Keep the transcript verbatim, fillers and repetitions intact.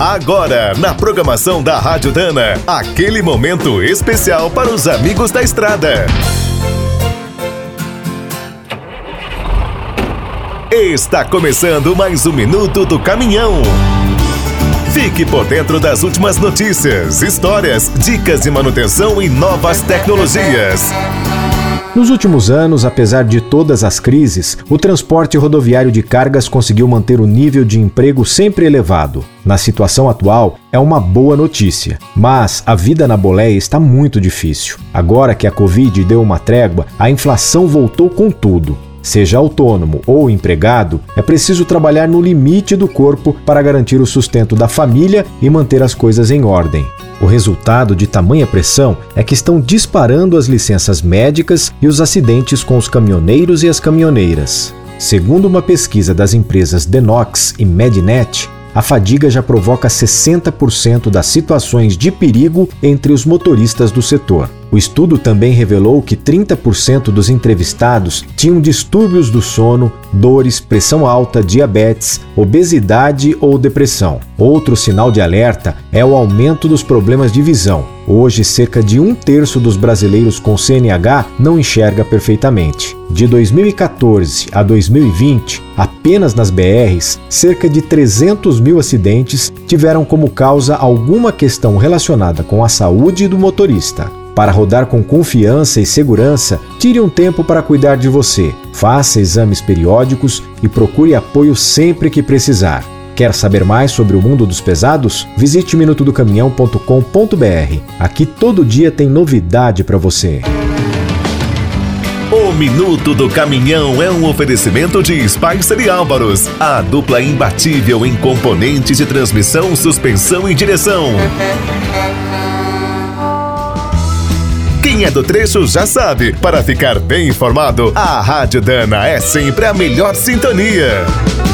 Agora, na programação da Rádio Dana, aquele momento especial para os amigos da estrada. Está começando mais um Minuto do Caminhão. Fique por dentro das últimas notícias, histórias, dicas de manutenção e novas tecnologias. Nos últimos anos, apesar de todas as crises, o transporte rodoviário de cargas conseguiu manter o nível de emprego sempre elevado. Na situação atual, é uma boa notícia, mas a vida na boleia está muito difícil. Agora que a Covid deu uma trégua, a inflação voltou com tudo. Seja autônomo ou empregado, é preciso trabalhar no limite do corpo para garantir o sustento da família e manter as coisas em ordem. O resultado de tamanha pressão é que estão disparando as licenças médicas e os acidentes com os caminhoneiros e as caminhoneiras. Segundo uma pesquisa das empresas Denox e Medinet, a fadiga já provoca sessenta por cento das situações de perigo entre os motoristas do setor. O estudo também revelou que trinta por cento dos entrevistados tinham distúrbios do sono, dores, pressão alta, diabetes, obesidade ou depressão. Outro sinal de alerta é o aumento dos problemas de visão. Hoje, cerca de um terço dos brasileiros com C N H não enxerga perfeitamente. De dois mil e quatorze a dois mil e vinte, apenas nas B Rs, cerca de trezentos mil acidentes tiveram como causa alguma questão relacionada com a saúde do motorista. Para rodar com confiança e segurança, tire um tempo para cuidar de você. Faça exames periódicos e procure apoio sempre que precisar. Quer saber mais sobre o mundo dos pesados? Visite minuto do caminhão ponto com ponto b r. Aqui todo dia tem novidade para você. O Minuto do Caminhão é um oferecimento de Spicer e Álvaros, a dupla imbatível em componentes de transmissão, suspensão e direção. Quem é do trecho já sabe, para ficar bem informado, a Rádio Dana é sempre a melhor sintonia.